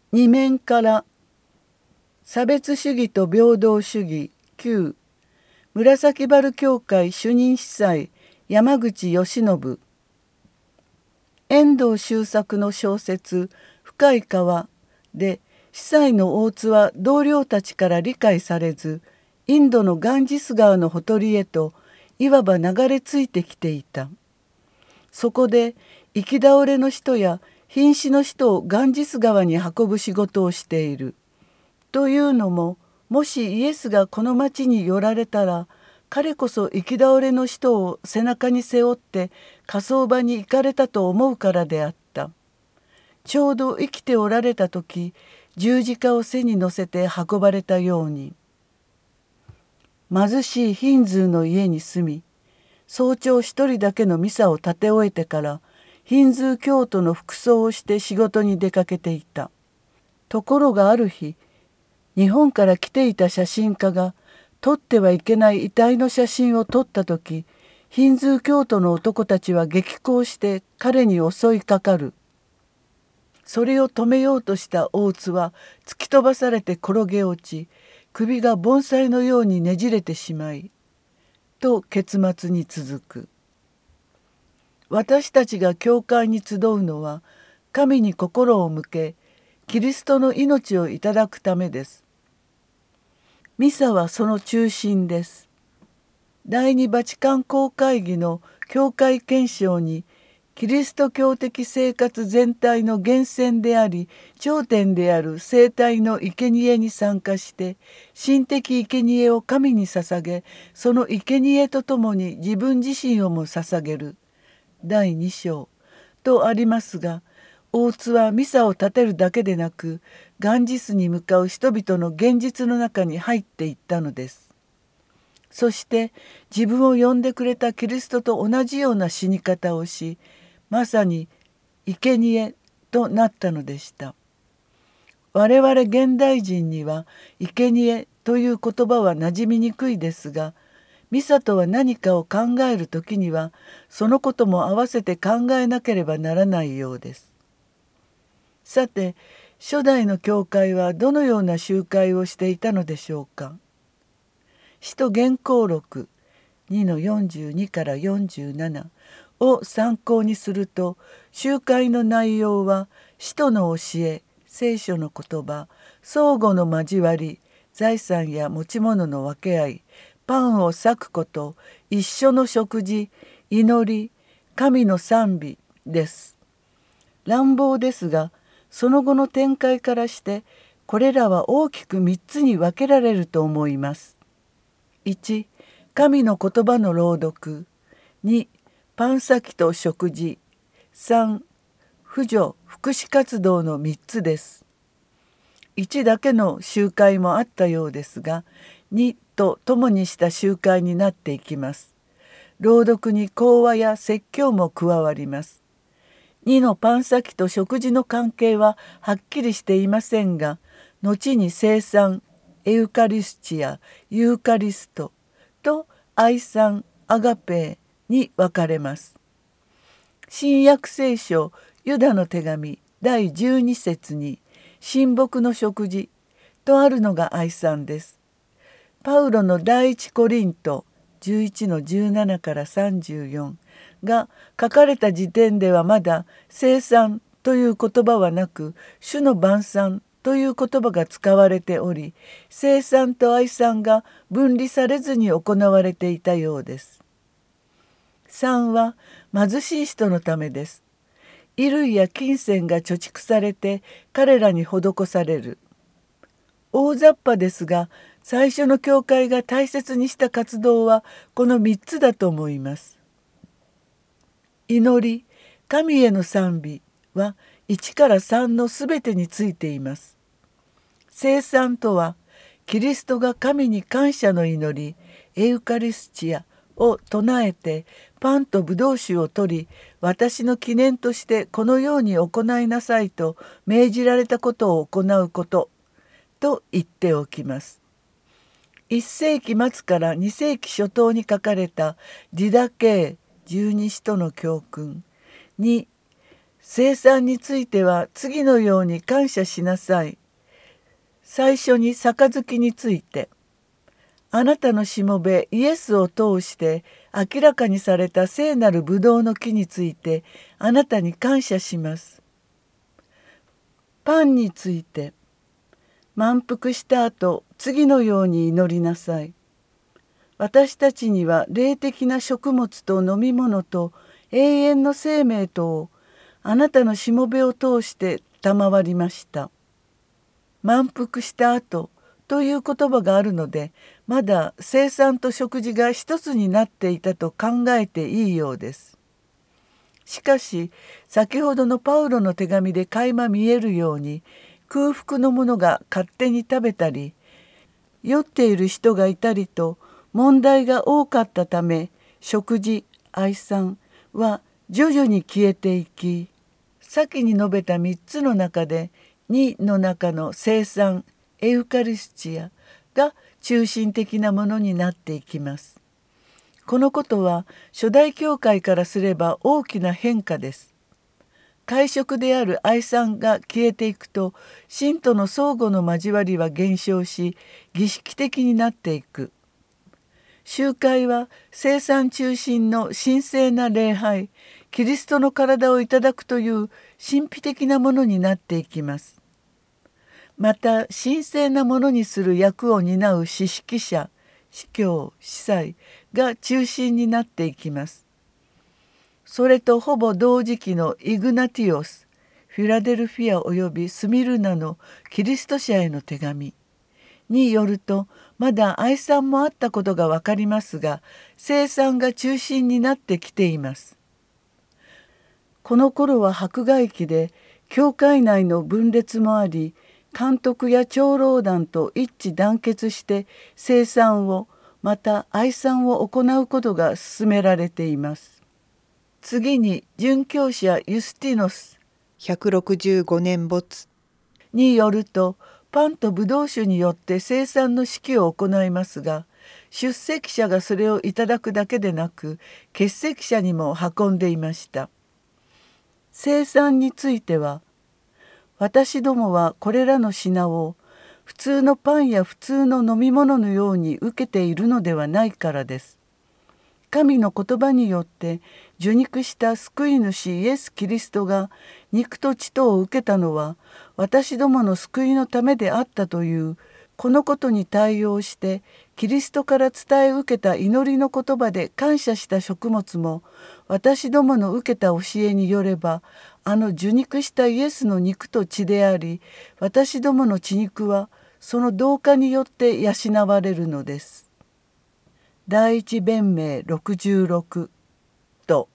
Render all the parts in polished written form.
二面から差別主義と平等主義9紫原教会主任司祭山口義信。遠藤周作の小説「深い川」で司祭の大津は同僚たちから理解されず、インドのガンジス川のほとりへといわば流れ着いてきていた。そこで行き倒れの人や瀕死の人をガンジス川に運ぶ仕事をしている。というのも、もしイエスがこの町に寄られたら、彼こそ行き倒れの人を背中に背負って火葬場に行かれたと思うからであった。ちょうど生きておられた時、十字架を背に乗せて運ばれたように。貧しいヒンズーの家に住み、早朝一人だけのミサを立て終えてから、ヒンズー教徒の服装をして仕事に出かけていた。ところがある日、日本から来ていた写真家が撮ってはいけない遺体の写真を撮った時、ヒンズー教徒の男たちは激高して彼に襲いかかる。それを止めようとした大津は突き飛ばされて転げ落ち、首が盆栽のようにねじれてしまい、と結末に続く。私たちが教会に集うのは、神に心を向け、キリストの命をいただくためです。ミサはその中心です。第二バチカン公会議の教会憲章に、キリスト教的生活全体の源泉であり頂点である生体の生贄に参加して、神的生贄を神に捧げ、その生贄とともに自分自身をも捧げる第2章とありますが、大津はミサを立てるだけでなく、ガンジスに向かう人々の現実の中に入っていったのです。そして自分を呼んでくれたキリストと同じような死に方をし、まさに生贄となったのでした。我々現代人には生贄という言葉は馴染みにくいですが、ミサとは何かを考えるときにはそのことも合わせて考えなければならないようです。さて、初代の教会はどのような集会をしていたのでしょうか。使徒言行録2-42から47を参考にすると、集会の内容は使徒の教え、聖書の言葉、相互の交わり、財産や持ち物の分け合い、パンを裂くこと、一緒の食事、祈り、神の賛美です。乱暴ですが、その後の展開からしてこれらは大きく3つに分けられると思います。1、神の言葉の朗読。2、パン先と食事。3、扶助・福祉活動の3つです。1だけの集会もあったようですが、2と共にした集会になっていきます。朗読に講話や説教も加わります。2のパン先と食事の関係ははっきりしていませんが、後に聖餐、エウカリスチア、ユーカリストと愛餐、アガペーに分かれます。新約聖書ユダの手紙第12節に親睦の食事とあるのが愛餐です。パウロの第一コリント11-17から34が書かれた時点ではまだ聖餐という言葉はなく、主の晩餐という言葉が使われており、聖餐と愛餐が分離されずに行われていたようです。3は貧しい人のためです。衣類や金銭が貯蓄されて彼らに施される。大雑把ですが、最初の教会が大切にした活動はこの3つだと思います。祈り、神への賛美は1から3のすべてについています。聖餐とは、キリストが神に感謝の祈り、エウカリスチアを唱えて、パンとブドウ酒を取り、私の記念としてこのように行いなさいと命じられたことを行うことと言っておきます。1世紀末から2世紀初頭に書かれたディダケー十二使徒の教訓に、 生産については次のように感謝しなさい。最初に杯について、あなたのしもべイエスを通して明らかにされた聖なるブドウの木についてあなたに感謝します。パンについて、満腹した後、次のように祈りなさい。私たちには霊的な食物と飲み物と永遠の生命とをあなたのしもべを通して賜りました。満腹した後という言葉があるので、まだ生産と食事が一つになっていたと考えていいようです。しかし先ほどのパウロの手紙で垣間見えるように、空腹の者が勝手に食べたり酔っている人がいたりと問題が多かったため、食事愛産は徐々に消えていき、先に述べた3つの中で2の中の生産エウカリスチアが中心的なものになっていきます。このことは初代教会からすれば大きな変化です。会食である愛産が消えていくと、信徒の相互の交わりは減少し、儀式的になっていく。集会は生産中心の神聖な礼拝、キリストの体をいただくという神秘的なものになっていきます。また神聖なものにする役を担う司式者、司教、司祭が中心になっていきます。それとほぼ同時期のイグナティオス、フィラデルフィアおよびスミルナのキリスト者への手紙によると、まだ愛産もあったことがわかりますが、生産が中心になってきています。この頃は迫害期で、教会内の分裂もあり、監督や長老団と一致団結して生産をまた愛産を行うことが進められています。次に殉教者ユスティノス 165年没によると、パンとブドウ酒によって生産の式を行いますが、出席者がそれをいただくだけでなく欠席者にも運んでいました。生産については、私どもはこれらの品を普通のパンや普通の飲み物のように受けているのではないからです。神の言葉によって受肉した救い主イエス・キリストが肉と血とを受けたのは私どもの救いのためであったというこのことに対応して、キリストから伝え受けた祈りの言葉で感謝した食物も私どもの受けた教えによれば受肉したイエスの肉と血であり、私どもの血肉はその同化によって養われるのです。第一弁明66と、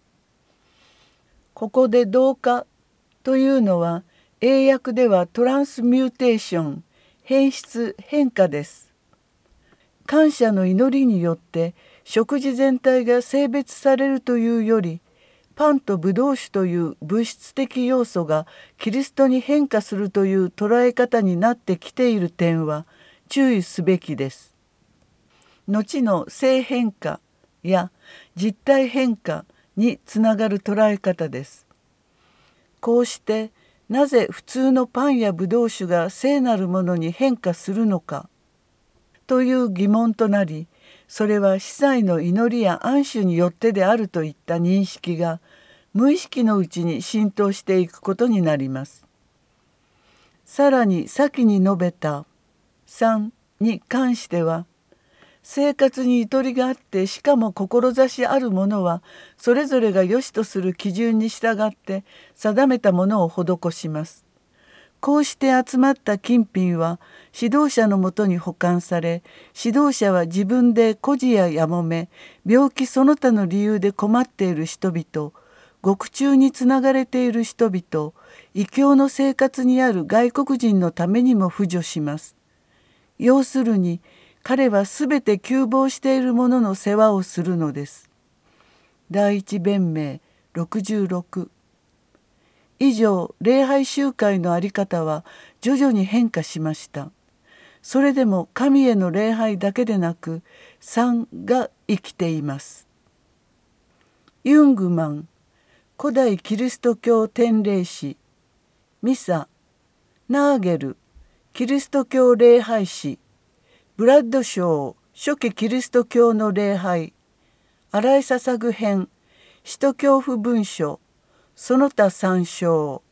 ここで同化というのは英訳ではトランスミューテーション、変質変化です。感謝の祈りによって食事全体が性別されるというより、パンとブドウ酒という物質的要素がキリストに変化するという捉え方になってきている点は注意すべきです。後の性変化や実体変化につながる捉え方です。こうしてなぜ普通のパンやブドウ酒が聖なるものに変化するのかという疑問となり、それは司祭の祈りや安守によってであるといった認識が無意識のうちに浸透していくことになります。さらに先に述べた3に関しては、生活にゆとりがあってしかも志ある者はそれぞれが良しとする基準に従って定めたものを施します。こうして集まった金品は指導者のもとに保管され、指導者は自分で孤児ややもめ、病気その他の理由で困っている人々、獄中につながれている人々、異教の生活にある外国人のためにも扶助します。要するに彼はすべて窮乏している者の世話をするのです。第一弁明66。以上、礼拝集会のあり方は徐々に変化しました。それでも神への礼拝だけでなく、3が生きています。ユングマン、 古代キリスト教典礼史、ミサ、ナーゲル、キリスト教礼拝史、ブラッドショー、初期キリスト教の礼拝、新井捧ぐ編、使徒教父文書、その他参照。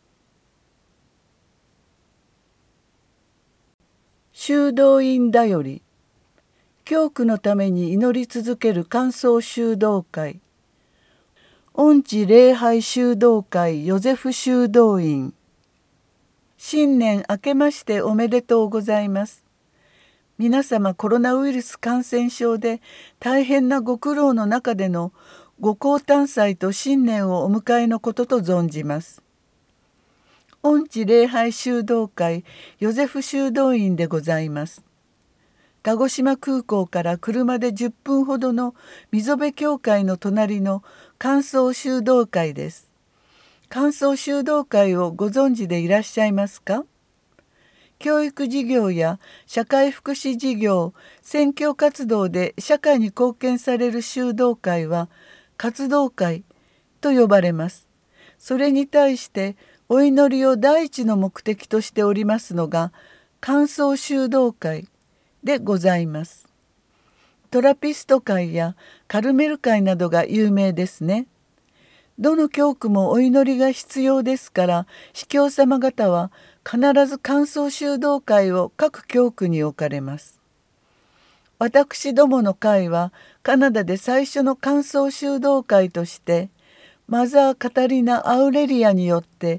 修道院だより、教区のために祈り続ける感想修道会、恩智礼拝修道会ヨゼフ修道院。新年明けましておめでとうございます。皆様コロナウイルス感染症で大変なご苦労の中でのご降誕祭と新年をお迎えのことと存じます。恩智礼拝修道会ヨゼフ修道院でございます。鹿児島空港から車で10分ほどの溝辺教会の隣の感想修道会です。感想修道会をご存知でいらっしゃいますか？教育事業や社会福祉事業、宣教活動で社会に貢献される修道会は活動会と呼ばれます。それに対してお祈りを第一の目的としておりますのが感想修道会でございます。トラピスト会やカルメル会などが有名ですね。どの教区もお祈りが必要ですから、司教様方は必ず感想修道会を各教区に置かれます。私どもの会はカナダで最初の感想修道会としてマザー・カタリナ・アウレリアによって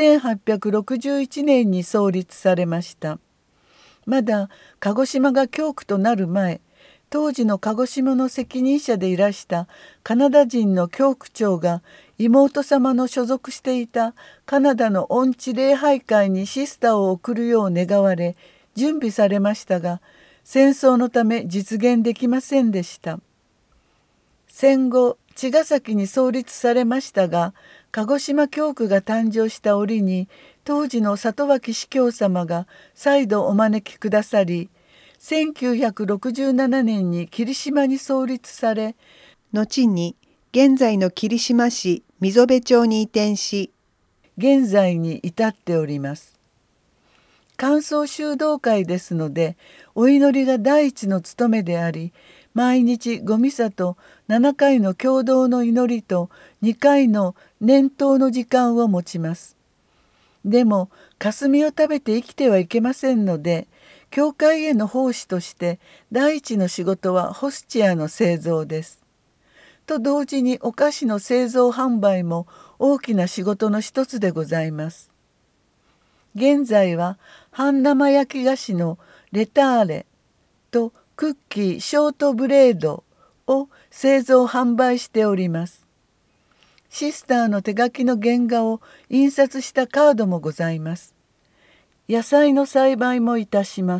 1861年に創立されました。まだ鹿児島が教区となる前、当時の鹿児島の責任者でいらしたカナダ人の教区長が妹様の所属していたカナダの恩智礼拝会にシスターを送るよう願われ準備されましたが、戦争のため実現できませんでした。戦後茅ヶ崎に創立されましたが、鹿児島教区が誕生した折に当時の里脇司教様が再度お招きくださり、1967年に霧島に創立され、 後に現在の霧島市溝辺町に移転し、 現在に至っております。感想修道会ですので、お祈りが第一の務めであり、毎日ごミサと7回の共同の祈りと2回の念祷の時間を持ちます。でも霞を食べて生きてはいけませんので、教会への奉仕として第一の仕事はホスチアの製造です。と同時にお菓子の製造販売も大きな仕事の一つでございます。現在は半生焼き菓子のレターレとクッキーショートブレードを製造販売しております。シスターの手書きの原画を印刷したカードもございます。野菜の栽培もいたします。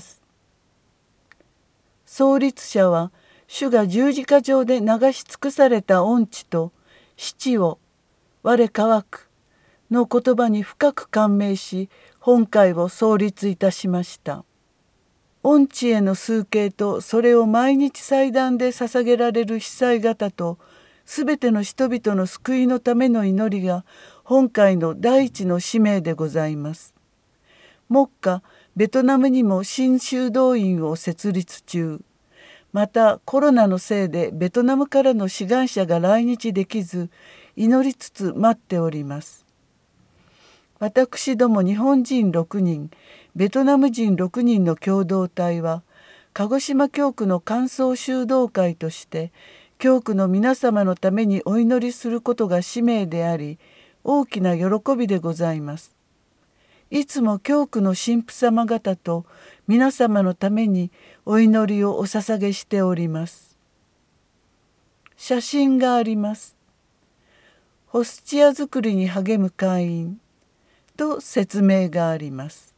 創立者は主が十字架上で流し尽くされた恩知と七を我乾くの言葉に深く感銘し、本会を創立いたしました。恩知への崇敬とそれを毎日祭壇で捧げられる司祭方とすべての人々の救いのための祈りが本会の第一の使命でございます。目下ベトナムにも新修道院を設立中。またコロナのせいでベトナムからの志願者が来日できず、祈りつつ待っております。私ども日本人6人、ベトナム人6人の共同体は、鹿児島教区の感想修道会として、教区の皆様のためにお祈りすることが使命であり、大きな喜びでございます。いつも教区の神父様方と皆様のためにお祈りをお捧げしております。写真があります。ホスチア作りに励む会員と説明があります。